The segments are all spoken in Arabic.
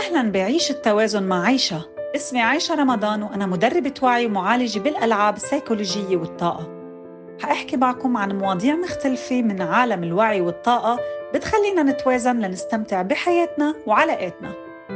أهلاً بعيش التوازن مع عيشة. اسمي عيشة رمضان وأنا مدربة وعي ومعالجة بالألعاب السيكولوجية والطاقة. حأحكي معكم عن مواضيع مختلفة من عالم الوعي والطاقة بتخلينا نتوازن لنستمتع بحياتنا وعلاقاتنا.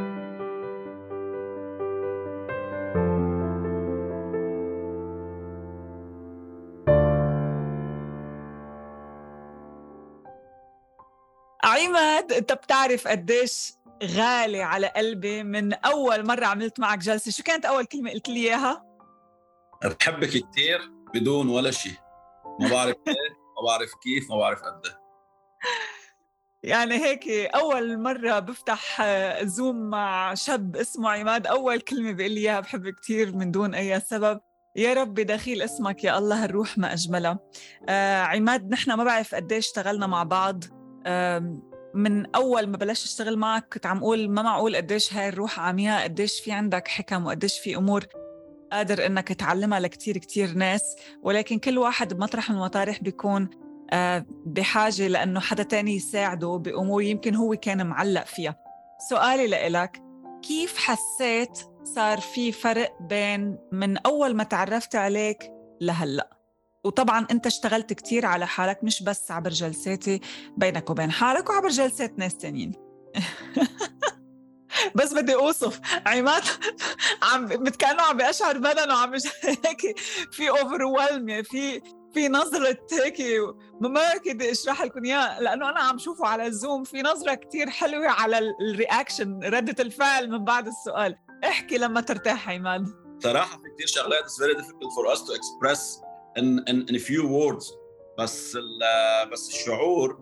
عماد، أنت بتعرف قديش غالي على قلبي من أول مرة عملت معك جلسة. شو كانت أول كلمة قلت لي إياها؟ بحبك كتير بدون ولا شيء. ما بعرف ليه، ما بعرف كيف، ما بعرف قد. يعني هيك أول مرة بفتح زوم مع شاب اسمه عماد، أول كلمة بيقول لي إياها بحبك كتير من دون أي سبب. يا رب دخيل اسمك يا الله، الروح ما أجملها. عماد، نحن ما بعرف قديش اشتغلنا مع بعض. من أول ما بلشت اشتغل معك كنت عم أقول ما معقول قديش هاي الروح عمياء، قديش في عندك حكم وقديش في أمور قادر إنك تعلمها لكتير كتير ناس، ولكن كل واحد بمطرح من المطارح بيكون بحاجة لأنه حدا تاني يساعده بأمور يمكن هو كان معلق فيها. سؤالي لإلك، كيف حسيت صار في فرق بين من أول ما تعرفت عليك لهلأ؟ وطبعاً أنت اشتغلت كتير على حالك، مش بس عبر جلساتي بينك وبين حالك وعبر جلسات ناس تانيين. بس بدي أوصف عماد كأنه عم بيشعر بدنه عم هيك في overwhelm، يعني في نظرة هيك. ما بدي أشرح لكم إياه لأنه أنا عم شوفه على الزوم، في نظرة كتير حلوة على الرياكشن، ردة الفعل من بعد السؤال. احكي لما ترتاح عماد. صراحة في كتير شغلات it's very difficult for us to express in a few words. بس الشعور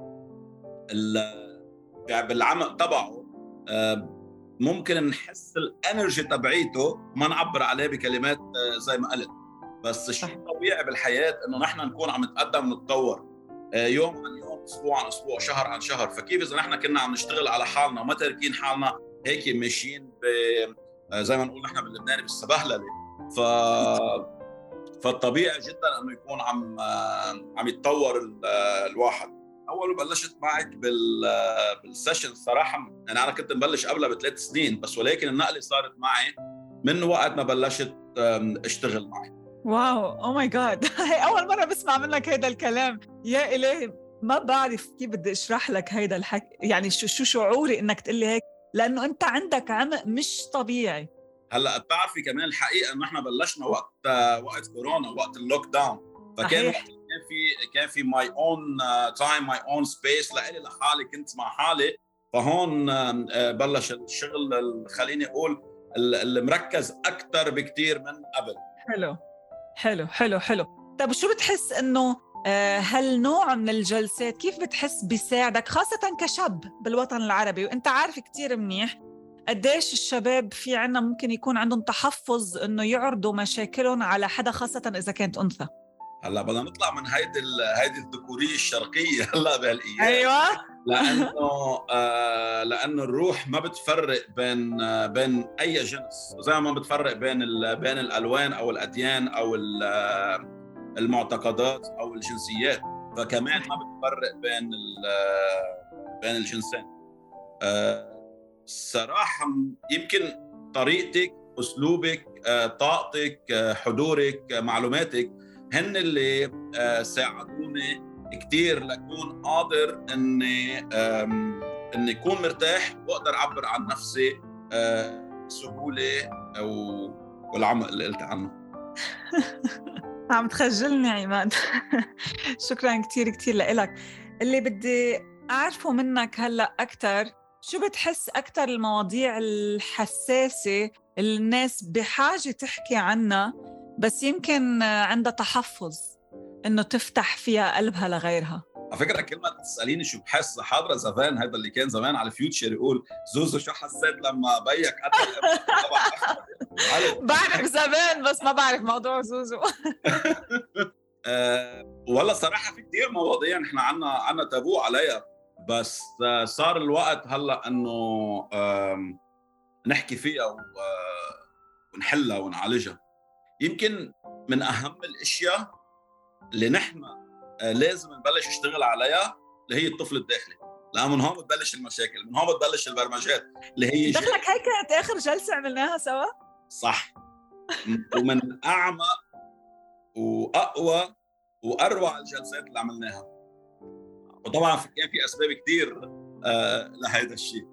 بالعمق تبعه ممكن نحس الانرجي تبعيته ما نعبر عليه بكلمات زي ما قلت. بس الشيء طبيعي بالحياة انه نحن نكون عم نتقدم ونتطور يوم عن يوم، اسبوع عن اسبوع، شهر عن شهر. فكيف اذا نحن كنا عم نشتغل على حالنا وما تاركين حالنا هيك ماشيين زي ما نقول نحن باللبناني بالسبهلله. ف فالطبيعي جدا انه يكون عم يتطور الواحد. اول ما بلشت معك بالسيشن صراحه، يعني انا كنت مبلش قبلها ب3 سنين بس، ولكن النقله صارت معي من وقت ما بلشت اشتغل معك. واو، او ماي جاد، هي اول مره بسمع منك هيدا الكلام. يا الهي، ما بعرف كيف بدي اشرح لك هيدا الحكي، يعني شو شعوري انك تقول لي هيك، لانه انت عندك عمق مش طبيعي. هلا بتعرفي كمان الحقيقه انه احنا بلشنا وقت كورونا، وقت اللوك داون. فكان صحيح. وقت كان في ماي اون تايم، ماي اون سبيس لإلي لحالي، كنت مع حالي. فهون بلش الشغل خليني اقول المركز اكثر بكثير من قبل. حلو حلو حلو حلو. طب شو بتحس انه هالنوع من الجلسات كيف بتحس بيساعدك، خاصة كشاب بالوطن العربي؟ وانت عارف كتير منيح قديش الشباب في عنا ممكن يكون عندهم تحفظ انه يعرضوا مشاكلهم على حدا، خاصة اذا كانت انثى. هلا بدنا نطلع من هيدي الذكوريه الشرقيه هلا بهالايام. ايوه. لانه الروح ما بتفرق بين اي جنس، زي ما بتفرق بين الالوان او الاديان او المعتقدات او الجنسيات، فكمان ما بتفرق بين الجنسين. صراحه يمكن طريقتك، اسلوبك، طاقتك، حضورك، معلوماتك هن اللي ساعدوني كتير لأكون قادر اني اكون مرتاح واقدر اعبر عن نفسي بسهوله والعمق اللي قلت عنه. عم تخجلني عماد. شكرا كتير كتير لإلك. اللي بدي أعرفه منك هلأ أكتر، شو بتحس أكتر المواضيع الحساسة اللي الناس بحاجة تحكي عنها بس يمكن عندها تحفظ إنه تفتح فيها قلبها لغيرها؟ على فكره كل ما تساليني شو بحس، حاضره زمان هذا اللي كان زمان على فيوتشر يقول زوزو شو حسيت لما بيك قتل بعرف زمان بس ما بعرف موضوع زوزو. ولا صراحه في كثير مواضيع نحن عنا تابو عليها، بس صار الوقت هلا انه نحكي فيها ونحلها ونعالجها. يمكن من اهم الاشياء اللي نحن لازم نبلش نشتغل عليها اللي هي الطفل الداخلي. لأن من هون بتبلش المشاكل، من هون بتبلش البرمجات اللي هي دخلك هاي كانت آخر جلسة عملناها سوا؟ صح. ومن أعمق وأقوى وأروع الجلسات اللي عملناها. وطبعا كان في أسباب كتير لهذا الشيء.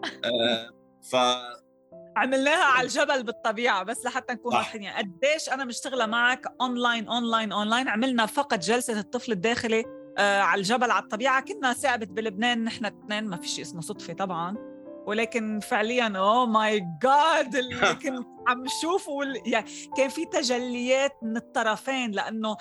ف عملناها على الجبل بالطبيعة، بس لحتى نكون واضحين يعني قديش أنا مشتغلة معك أونلاين. عملنا فقط جلسة الطفل الداخلي على الجبل على الطبيعة. كنا ثابت بلبنان نحن اثنين، ما في شيء اسمه صدفة طبعا، ولكن فعليا ماي جاد اللي كنت عم شوفه يعني كان في تجليات من الطرفين. لأنه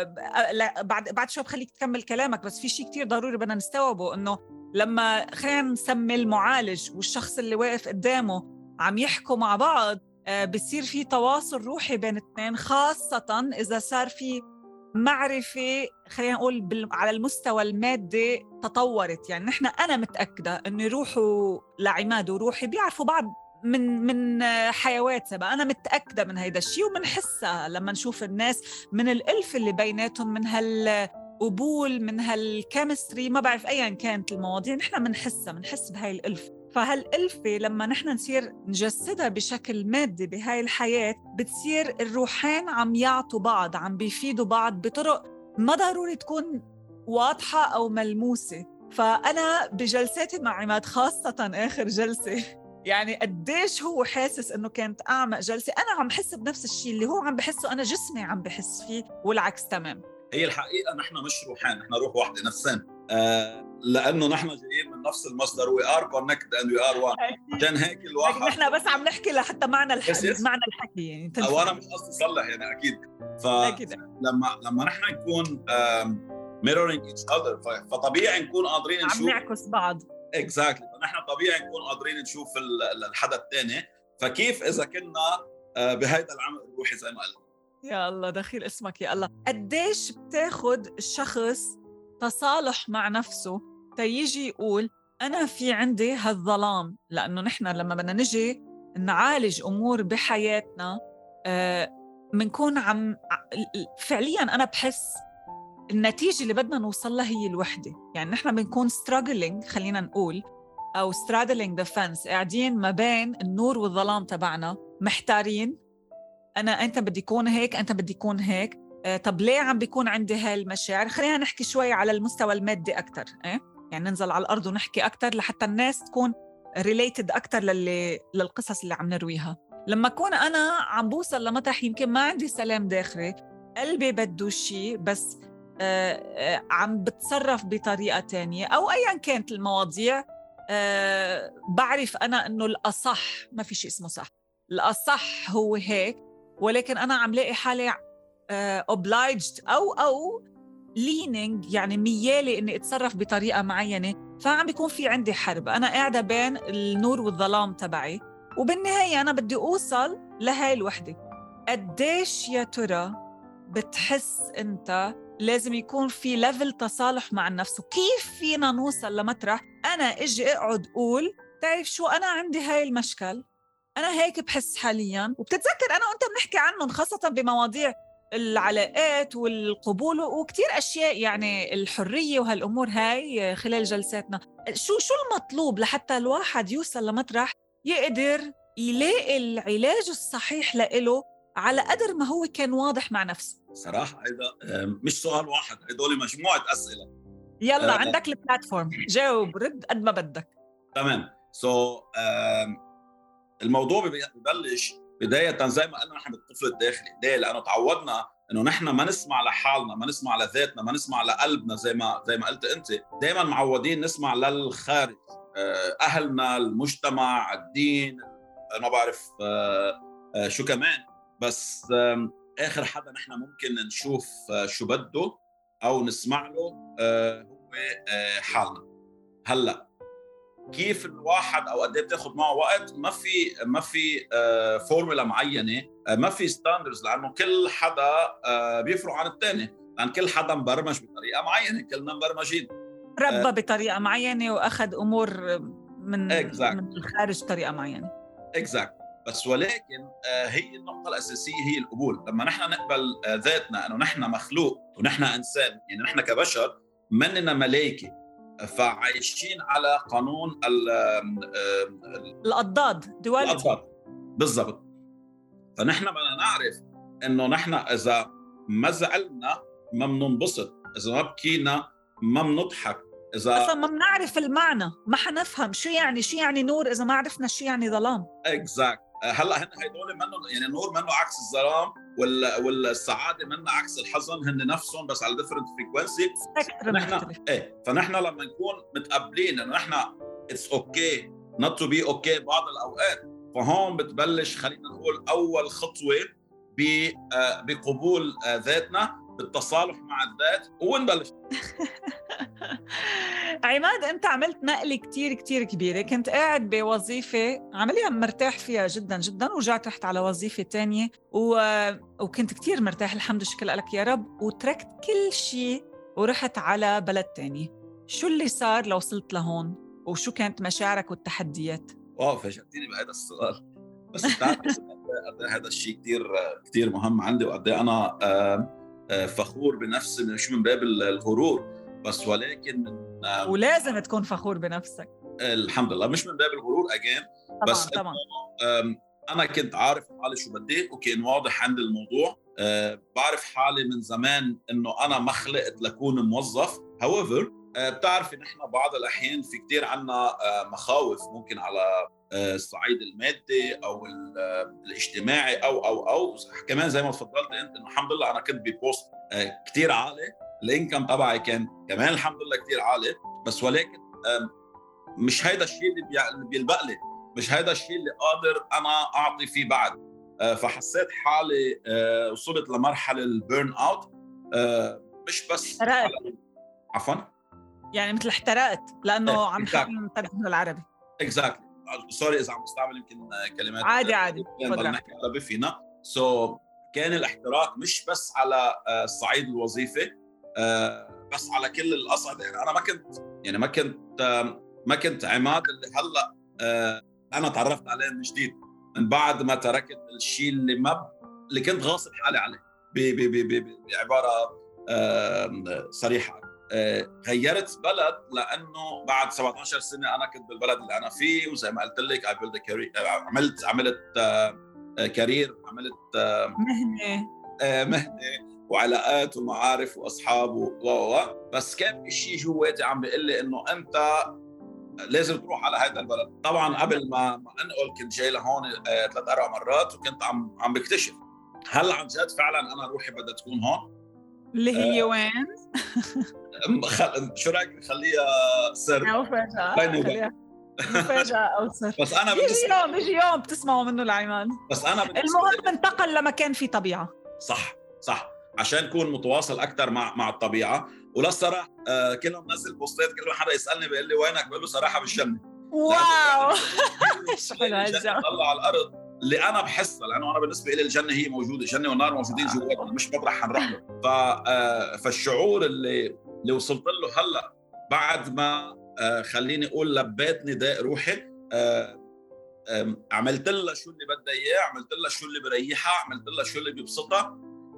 بعد شوي بخليك تكمل كلامك، بس في شيء كتير ضروري بدنا نستوعبه، إنه لما خلينا نسمي المعالج والشخص اللي واقف قدامه عم يحكوا مع بعض، بصير في تواصل روحي بين اثنين، خاصة إذا صار في معرفة خلينا نقول على المستوى المادي تطورت. يعني أنا متأكدة إنه روحه لعماد وروحي بيعرفوا بعض من حيوات سبا. أنا متأكدة من هيدا الشيء، ومنحسها لما نشوف الناس من الألف اللي بيناتهم، من هالقبول، من هالكيمستري، ما بعرف أيا كانت المواضيع، نحن منحس بهاي الألف. فهالألفة لما نحن نصير نجسدها بشكل مادي بهاي الحياة، بتصير الروحين عم يعطوا بعض، عم بيفيدوا بعض بطرق ما ضروري تكون واضحة أو ملموسة. فأنا بجلساتي مع عماد، خاصة آخر جلسة، يعني قديش هو حاسس إنه كانت أعمق جلسة. أنا عم بحس بنفس الشيء اللي هو عم بحسه، أنا جسمي عم بحس فيه، والعكس تمام. هي الحقيقة نحن مش روحان، نحن روح واحدة، نفسين. لأنه نحن جايين من نفس المصدر. we are connected and we are one. عشان هيك الواحد نحن بس عم نحكي لحتى معنى معنى الحكي يعني أو أنا مش قصدي صلح يعني أكيد. فلما نحن نكون mirroring each other، فطبيعي نكون قادرين نشوف، عم نعكس بعض. exactly. فنحن طبيعي نكون قادرين نشوف الحدا الثاني. فكيف إذا كنا بهيدا العمق الروحي زي ما قلت. يا الله دخيل اسمك يا الله. قديش بتاخد الشخص تصالح مع نفسه تيجي يقول أنا في عندي هالظلام؟ لأنه نحن لما بدنا نجي نعالج أمور بحياتنا منكون فعلياً أنا بحس النتيجة اللي بدنا نوصل لها هي الوحدة. يعني نحن بنكون struggling، خلينا نقول، أو straddling the fence، قاعدين ما بين النور والظلام تبعنا، محتارين. أنت بدي يكون هيك، أنت بدي يكون هيك. طب ليه عم بيكون عندي هاي المشاعر؟ خلينا نحكي شوي على المستوى المادي أكتر. يعني ننزل على الأرض ونحكي أكتر لحتى الناس تكون related أكتر للقصص اللي عم نرويها. لما أكون أنا عم بوصل لمطرح يمكن ما عندي سلام داخلي، قلبي بده شيء، بس عم بتصرف بطريقة تانية أو أيا كانت المواضيع، بعرف أنا أنه الأصح، ما في شيء اسمه صح، الأصح هو هيك، ولكن أنا عم لاقي حالي obliged أو leaning، يعني ميالي إني أتصرف بطريقة معينة. فعم بيكون في عندي حرب، أنا قاعدة بين النور والظلام تبعي، وبالنهاية أنا بدي أوصل لهاي الوحدة. قديش يا ترى بتحس أنت لازم يكون في ليفل تصالح مع النفس؟ وكيف فينا نوصل لمطرح أنا إجي أقعد أقول تعرف شو، أنا عندي هاي المشكل، أنا هيك بحس حالياً. وبتتذكر أنا وأنت بنحكي عنهم خاصة بمواضيع العلاقات والقبول وكتير أشياء، يعني الحرية وهالأمور هاي خلال جلساتنا. شو المطلوب لحتى الواحد يوصل لمطرح يقدر يلاقي العلاج الصحيح لإله على قدر ما هو كان واضح مع نفسه؟ صراحة هذا مش سؤال واحد، هدول مجموعة أسئلة. يلا عندك البلاتفورم، جاوب رد قد ما بدك. تمام. الموضوع ببلش بداية زي ما قلنا نحن بالطفل الداخلي. ليه؟ لأنه تعودنا إنه نحن ما نسمع لحالنا، ما نسمع لذاتنا، ما نسمع لقلبنا. زي ما قلت أنت، دايما معودين نسمع للخارج، أهلنا، المجتمع، الدين، ما بعرف شو كمان. بس آخر حدا نحن ممكن نشوف شو بده أو نسمع له هو حالنا. هلأ كيف الواحد او قد ايه بتاخذ معه وقت؟ ما في فورمولا معينه، ما في ستاندرز، لانه كل حدا بيفرق عن الثاني، لان كل حدا مبرمج بطريقه معينه، كلنا مبرمجين، ربى بطريقه معينه واخذ امور من الخارج طريقه معينه. بس ولكن هي النقطه الاساسيه هي القبول. لما نحن نقبل ذاتنا انه نحن مخلوق ونحن انسان، يعني نحن كبشر مننا ملائكه، فعايشين على قانون الأضداد duality. الأضداد بالضبط. فنحن بدنا نعرف إنه نحن إذا ما زعلنا ما بننبسط، إذا ما بكينا ما بنضحك، إذا أصلاً ما بنعرف المعنى ما حنفهم شو يعني نور إذا ما عرفنا شو يعني ظلام. هلا هدول منه يعني النور منه عكس الظلام، والسعاده منه عكس الحزن، هن نفسهم بس على ديفرنت فريكوينسي. فنحن لما نكون متقبلين انه نحن اتس اوكي نوت تو بي اوكي بعض الاوقات، فهون بتبلش خلينا نقول اول خطوه بقبول ذاتنا، بالتصالح مع الذات، ونبلش. عماد، أنت عملت نقلة كتير كتير كبيرة. كنت قاعد بوظيفة عمليا مرتاح فيها جدا جدا، ورجعت رحت على وظيفة تانية وكنت كتير مرتاح الحمد شكر لك يا رب، وتركت كل شيء ورحت على بلد تاني. شو اللي صار لو وصلت لهون، وشو كانت مشاعرك والتحديات؟ فاجأتيني بهذا السؤال. بس بتعرف هذا الشيء كتير كتير مهم عندي، وقد انا فخور بنفسي، مش من باب الغرور بس، ولكن ولازم تكون فخور بنفسك. الحمد لله، مش من باب الغرور بس طبعا. أنا كنت عارف حالي شو بدي، وكان واضح عندي الموضوع. بعرف حالي من زمان إنه أنا ما خلقت لكون موظف. however بتعرفي نحن بعض الأحيان في كتير عنا مخاوف، ممكن على الصعيد المادي أو الاجتماعي أو كمان زي ما تفضلت أنت، إنه الحمد لله أنا كنت ببوست كتير عالي، الانكم تبعي كان كمان الحمد لله كتير عالي، بس ولكن مش هيدا الشيء اللي بيلبق لي، مش هيدا الشيء اللي قادر أنا أعطي فيه بعد. فحسيت حالي وصلت لمرحلة البيرن أوت، مش بس عفوا يعني مثل احترقت، لأنه عم حاول نترجم للعربي. exactly. سوري إذا عم بستعمل يمكن كلمات عادي نحكي عربي فينا. كان الاحتراق مش بس على الصعيد الوظيفي، بس على كل الأصعدة. يعني أنا ما كنت عماد اللي هلا أنا تعرفت عليه من جديد من بعد ما تركت الشيء اللي كنت غاصب حالي عليه. بعبارة صريحة، غيرت بلد لأنه بعد 17 سنة أنا كنت بالبلد اللي أنا فيه، وزي ما قلت لك عملت كارير، عملت مهنة وعلاقات ومعارف وأصحاب بس كان في شيء جواتي عم بيقول لي إنه أنت لازم تروح على هذا البلد. طبعا قبل ما أنقل كنت جاي لهون 3-4 مرات، وكنت عم بكتشف هل عن جد فعلا أنا روحي بدها تكون هون، اللي هي وين؟ شو رأيك نخليها سر؟ مفاجأة أو سر. بس أنا بيجي يوم بتسمعوا منه العماد. بس أنا المهم انتقل لمكان فيه طبيعة. صح عشان نكون متواصل أكتر مع الطبيعة. وللصراحة كل ما ننزل بوستات، كل ما حدا يسألني بيقول لي وينك، بقول له صراحة بالجنة. واو شو حلو هالجو. طلع على الأرض اللي أنا بحسها، لأنه أنا بالنسبة لي الجنة هي موجودة، الجنة والنار موجودين جواتنا، مش مطرح حنروح له. فالشعور اللي وصلت له هلا بعد ما خليني أقول لبيت نداء روحي، عملت لها شو اللي بدها إياه، عملت لها شو اللي بريحها، عملت لها شو اللي بيبسطها.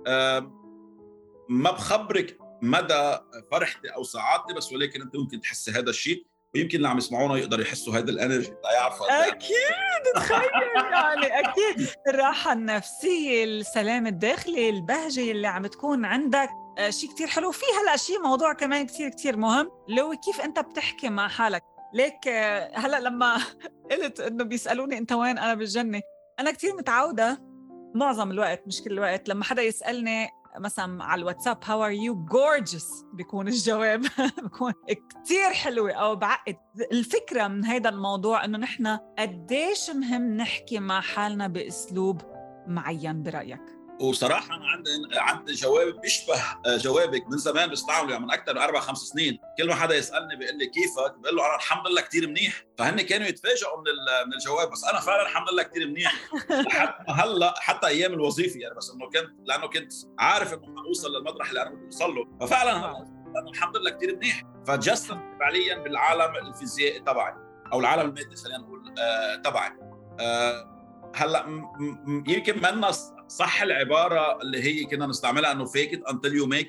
ما بخبرك مدى فرحتي أو سعادتي، بس ولكن أنت ممكن تحسي هذا الشيء، ويمكن اللي عم يسمعونا يقدروا يحسوا هذا الانرجي. اكيد تخيل يعني اكيد الراحه النفسيه، السلام الداخلي، البهجه اللي عم تكون عندك شيء كتير حلو. في هلا شيء موضوع كمان كتير كتير مهم، لو كيف انت بتحكي مع حالك. ليك هلا لما قلت انه بيسالوني انت وين، انا بالجنه، انا كتير متعوده معظم الوقت مش كل الوقت لما حدا يسالني مثلا على الواتساب how are you gorgeous، بيكون الجواب بيكون كتير حلوة أو بعقد. الفكرة من هيدا الموضوع إنه نحن قديش مهم نحكي مع حالنا بأسلوب معين. برأيك؟ وصراحة أنا عندي جواب بيشبه جوابك من زمان، بستعمله يعني من أكثر من 4-5 سنين. كل ما حدا يسألني بيقول لي كيفك، بقول له أنا الحمد لله كتير منيح. فهن كانوا يتفاجئوا من الجواب، بس أنا فعلا الحمد لله كتير منيح. هلا حتى أيام الوظيفة يعني، بس إنه لأنه كنت عارف إنه حنوصل للمطرح اللي أنا بدي أوصل له، ففعلا لأنه الحمد لله كتير منيح. فجسد فعليا بالعالم الفيزيائي تبعي أو العالم المادي خلينا نقول تبعي. هلا يمكن منا صح العبارة اللي هي كنا نستعملها انه fake it until you make it،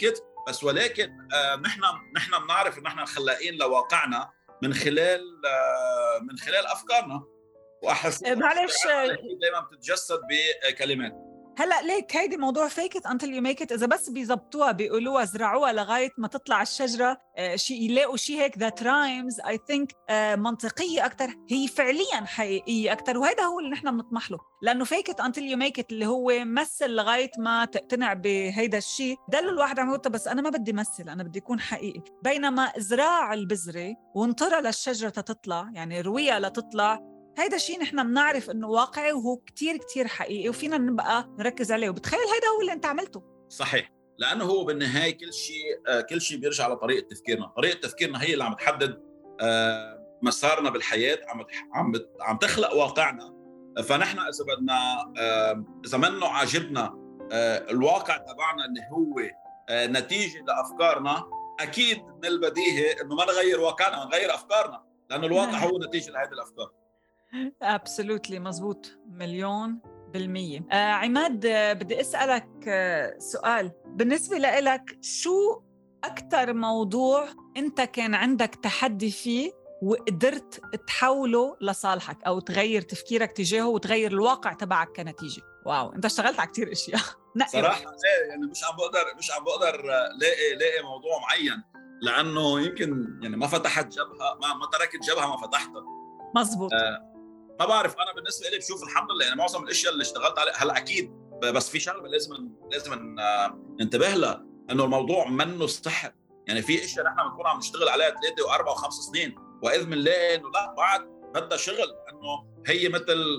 بس ولكن نحن بنعرف ان نحن خلاقين لواقعنا من خلال افكارنا واحاسيسنا. معلش دائما بتتجسد بكلمات. هلا ليك هيدي موضوع fake it until you make it، إذا بس بيزبطوها بيقولوها زرعوها لغاية ما تطلع الشجرة شيء يلاقوا شيء هيك that rhymes I think منطقية أكتر، هي فعليا حقيقية أكتر، وهذا هو اللي نحن بنطمح له. لأنه fake it until you make it اللي هو مثل لغاية ما تقتنع بهيدا الشيء، ده اللي الواحد عم يقول بس أنا ما بدي مثل، أنا بدي يكون حقيقي. بينما إزراع البذرة وانطرها للشجرة تطلع، يعني رويها لتطلع، هيدا الشيء نحن بنعرف إنه واقعي وهو كتير كتير حقيقي وفينا نبقى نركز عليه. وبتخيل هيدا هو اللي أنت عملته. صحيح، لأنه هو بالنهاية كل شيء بيرجع على طريقة تفكيرنا. طريقة تفكيرنا هي اللي عم تحدد مسارنا بالحياة، عم تخلق واقعنا. فنحن إذا بدنا إذا منه عاجبنا الواقع تبعنا اللي هو نتيجة لأفكارنا، أكيد من البديهي إنه ما نغير واقعنا، نغير أفكارنا، لأنه الواقع هو نتيجة لهذه الأفكار. absolutely مزبوط 1,000,000%. عماد بدي أسألك سؤال، بالنسبة لك شو أكتر موضوع أنت كان عندك تحدي فيه وقدرت تحوله لصالحك أو تغير تفكيرك تجاهه وتغير الواقع تبعك كنتيجة؟ واو، أنت اشتغلت على كتير أشياء. صراحة يعني مش عم بقدر لاقي موضوع معين، لأنه يمكن يعني ما فتحت جبهة، ما تركت جبهة ما فتحتها. مزبوط. ما بعرف، أنا بالنسبة لي بشوف الحمد لله يعني معظم الأشياء اللي اشتغلت عليها هلا أكيد، بس في شغلة لازم ننتبه لها، إنه الموضوع منه سحر. يعني في أشياء نحن بنكون عم نشتغل عليها 3 و4 و5 سنين، وإذ بنلاقي إنه لا بعد بدها شغل، إنه هي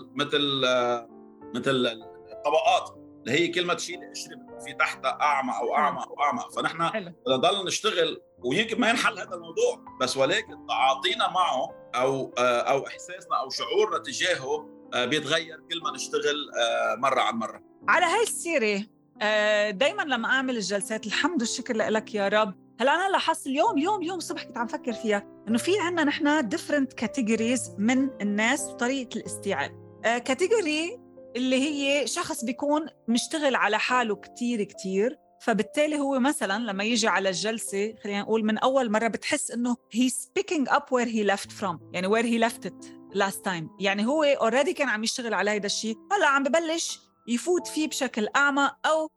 مثل الطبقات اللي هي كل ما تشيل قشرة في تحتها أعمى أو أعمى أو أعمى. فنحن بدنا نضل نشتغل، ويمكن ما ينحل هذا الموضوع، بس ولكن تعاطينا معه أو إحساسنا أو شعورنا تجاهه بيتغير كل ما نشتغل مرة عن مرة. على هاي السيرة دايما لما أعمل الجلسات، الحمد والشكر لك يا رب، هلا أنا لاحظت اليوم الصبح كنت عم فكر فيها إنه في عنا نحن different categories من الناس وطريقة الاستيعاب. كاتيجوري اللي هي شخص بيكون مشتغل على حاله كتير، فبالتالي هو مثلا لما يجي على الجلسة خلينا نقول من أول مرة بتحس إنه he's picking up where he left from، يعني where he left it last time. يعني هو already كان عم يشتغل على هيدا الشيء، هلا عم ببلش يفوت فيه بشكل أعمى، أو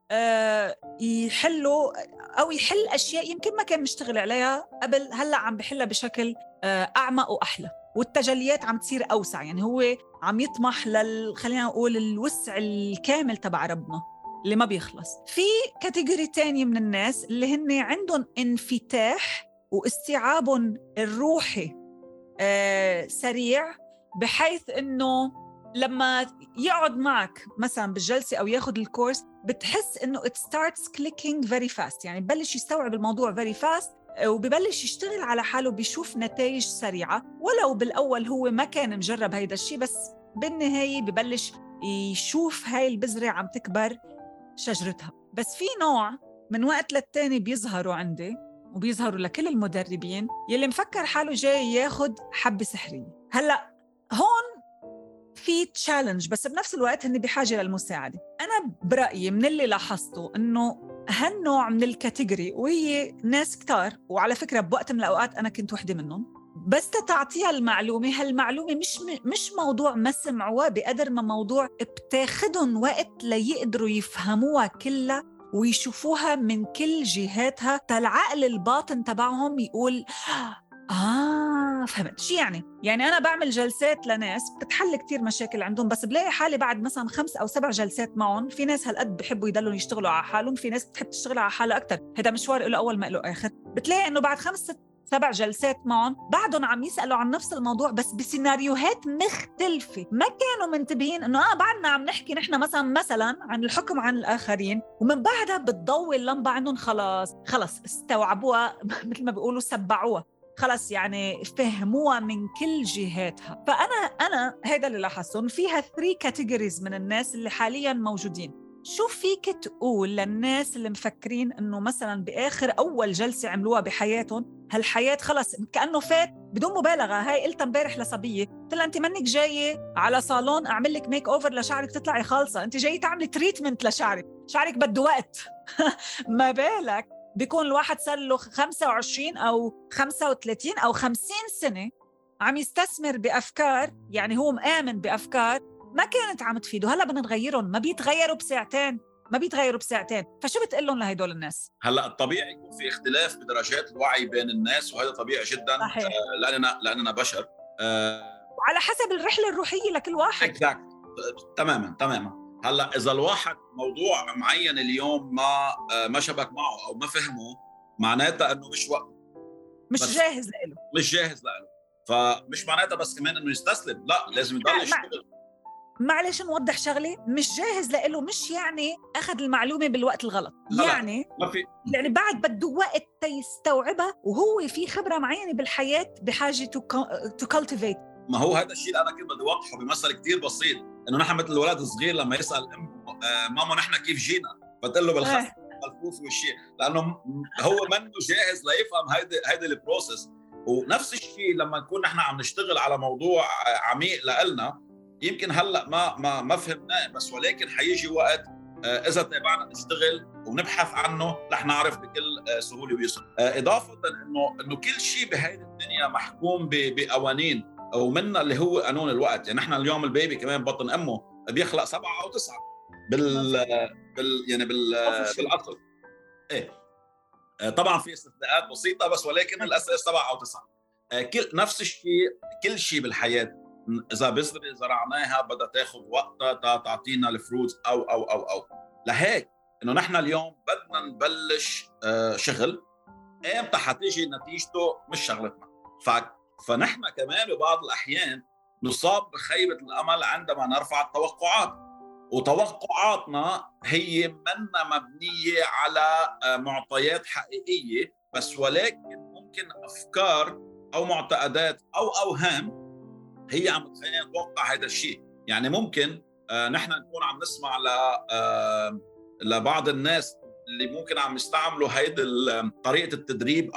يحل أشياء يمكن ما كان مشتغل عليها قبل، هلا عم بحلها بشكل أعمى وأحلى، والتجليات عم تصير أوسع. يعني هو عم يطمح خلينا نقول الوسع الكامل تبع ربنا اللي ما بيخلص. في كاتيجوري تاني من الناس اللي هن عندهم انفتاح واستيعاب الروحي سريع، بحيث إنه لما يقعد معك مثلا بالجلسة أو ياخد الكورس بتحس إنه it starts clicking very fast، يعني ببلش يستوعب الموضوع very fast وببلش يشتغل على حاله، بيشوف نتائج سريعة، ولو بالأول هو ما كان مجرب هيدا الشيء، بس بالنهاية ببلش يشوف هاي البذرة عم تكبر شجرتها. بس في نوع من وقت للتاني بيظهروا عندي وبيظهروا لكل المدربين يلي مفكر حاله جاي ياخد حبة سحرية. هلأ هون في تشالنج، بس بنفس الوقت هن بحاجة للمساعدة. أنا برأيي من اللي لاحظته إنه هالنوع من الكاتيجوري، وهي ناس كتار، وعلى فكرة بوقت من الأوقات أنا كنت وحدة منهم، بس تعطيها المعلومة، هالمعلومة مش موضوع ما سمعوها بقدر ما موضوع بتاخدهم وقت ليقدروا يفهموها كلها ويشوفوها من كل جهاتها، تالعقل الباطن تبعهم يقول فهمت شي. يعني أنا بعمل جلسات لناس بتحل كتير مشاكل عندهم، بس بلاقي حالي بعد مثلا 5 أو 7 جلسات معهم، في ناس هالقد بحبوا يضلوا يشتغلوا على حالهم، في ناس بتحب تشتغل على حالها أكتر، هذا مشوار له أول ما له آخر. بتلاقي إنه بعد 5 7 جلسات معهم بعدهم عم يسألوا عن نفس الموضوع بس بسيناريوهات مختلفة، ما كانوا منتبهين إنه بعدنا عم نحكي نحن مثلا عن الحكم عن الآخرين، ومن بعدها بتضوي اللمبة عندهم، خلص استوعبوها مثل ما بيقولوا سبعوها، خلص يعني فهموها من كل جهاتها. فأنا هيدا اللي لاحظته، فيها 3 كاتيجوريز من الناس اللي حالياً موجودين. شو فيك تقول للناس اللي مفكرين إنه مثلاً بآخر أول جلسة عملوها بحياتهم هالحياة خلص كأنه فات؟ بدون مبالغة، هاي قلت امبارح لصبية، قلت لها أنت منك جاية على صالون أعمل لك ميك أوفر لشعرك تطلعي خالصة، أنت جاية تعملي تريتمنت لشعرك بده وقت ما بالك بيكون الواحد صار له 25 أو 35 أو 50 سنة عم يستثمر بأفكار، يعني هو مآمن بأفكار ما كانت عم تفيده. هلأ بدنا نغيرهم، ما بيتغيروا بساعتين. فشو بتقول لهم لهدول الناس؟ هلا الطبيعي يكون في اختلاف بدرجات الوعي بين الناس، وهذا طبيعي جدا. صحيح. لاننا بشر. وعلى حسب الرحلة الروحية لكل واحد. تماما. هلا اذا الواحد موضوع معين اليوم ما شبك معه او ما فهمه، معناتها انه مش وقت، مش جاهز له. فمش معناتها بس كمان انه يستسلم، لا، لازم يضل يشتغل. معلش نوضح شغله، مش جاهز له مش يعني اخذ المعلومه بالوقت الغلط، يعني ما في، يعني بعد بده وقت يستوعبها، وهو في خبره معينه بالحياه بحاجه تو كالتيفيت. ما هو هذا الشيء اللي انا كنت بدي اوضحه بمثل كتير بسيط، انه نحن مثل الولد الصغير لما يسال امه ماما نحن كيف جينا، فتقول له بالخف الخوف والشيء، لانه هو منه جاهز ليفهم هيدي البروسيس. ونفس الشيء لما نكون نحن عم نشتغل على موضوع عميق لنا، يمكن هلا ما فهمناه، بس ولكن حيجي وقت اذا تابعنا نشتغل ونبحث عنه رح نعرف بكل سهوله ويسر. اضافه انه كل شيء بهيدي الدنيا محكوم بقوانين، ومنها اللي هو قانون الوقت. يعني نحن اليوم البيبي كمان بطن امه بيخلق 7 أو 9 بالاصل. ايه طبعا في استثناءات بسيطه، بس ولكن الاساس 7 أو 9. نفس الشيء، كل شيء بالحياه اذا بذره زرعناها بدها تاخذ وقتها تعطينا الفروتس او لهيك انه نحن اليوم بدنا نبلش شغل، امتى حتيجي نتيجته مش شغلتنا. فنحن كمان ببعض الاحيان نصاب بخيبه الامل عندما نرفع التوقعات، وتوقعاتنا هي منا مبنيه على معطيات حقيقيه بس، ولكن ممكن افكار او معتقدات او اوهام هي عم تخلينا نتوقع هذا الشيء. يعني ممكن نحن نكون عم نسمع لبعض الناس اللي ممكن عم يستعملوا هيدي طريقه التدريب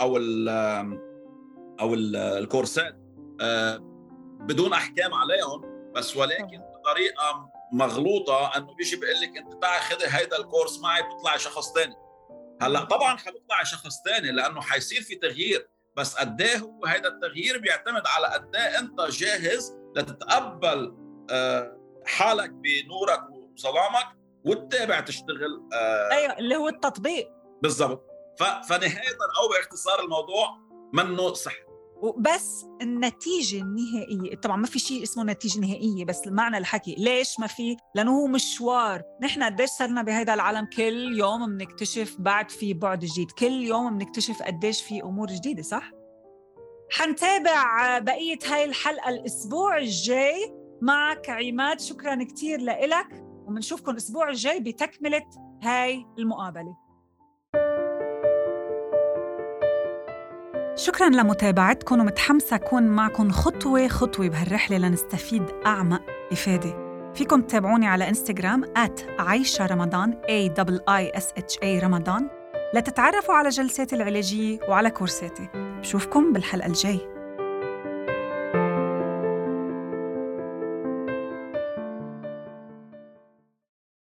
او الكورسات بدون احكام عليهم، بس ولكن بطريقه مغلوطه، انه بيجي بيقول لك انت تعال خذي هيدا الكورس معي بتطلعي شخص ثاني. هلا طبعا حتطلعي شخص ثاني لانه حيصير في تغيير، بس قد ايه هو هيدا التغيير بيعتمد على قد ايه انت جاهز لتتقبل حالك بنورك وظلامك وتتابع تشتغل. ايوه، اللي هو التطبيق بالضبط. فنهايه او باختصار الموضوع منه صح، بس النتيجة النهائية طبعا ما في شيء اسمه نتيجة نهائية، بس المعنى الحكي ليش ما في؟ لأنه هو مشوار. نحن قديش صرنا بهذا العالم كل يوم بنكتشف بعد في بعد جديد، كل يوم بنكتشف قديش في أمور جديدة. صح؟ حنتابع بقية هاي الحلقة الأسبوع الجاي معك عماد. شكراً كتير لإلك، ومنشوفكم الأسبوع الجاي بتكملة هاي المقابلة. شكراً لمتابعتكم، ومتحمسة أكون معكم خطوة خطوة بهالرحلة لنستفيد أعمق إفادة. فيكم تتابعوني على إنستغرام @عايشة رمضان AIISHA رمضان لتتعرفوا على جلساتي العلاجية وعلى كورساتي. بشوفكم بالحلقة الجاي.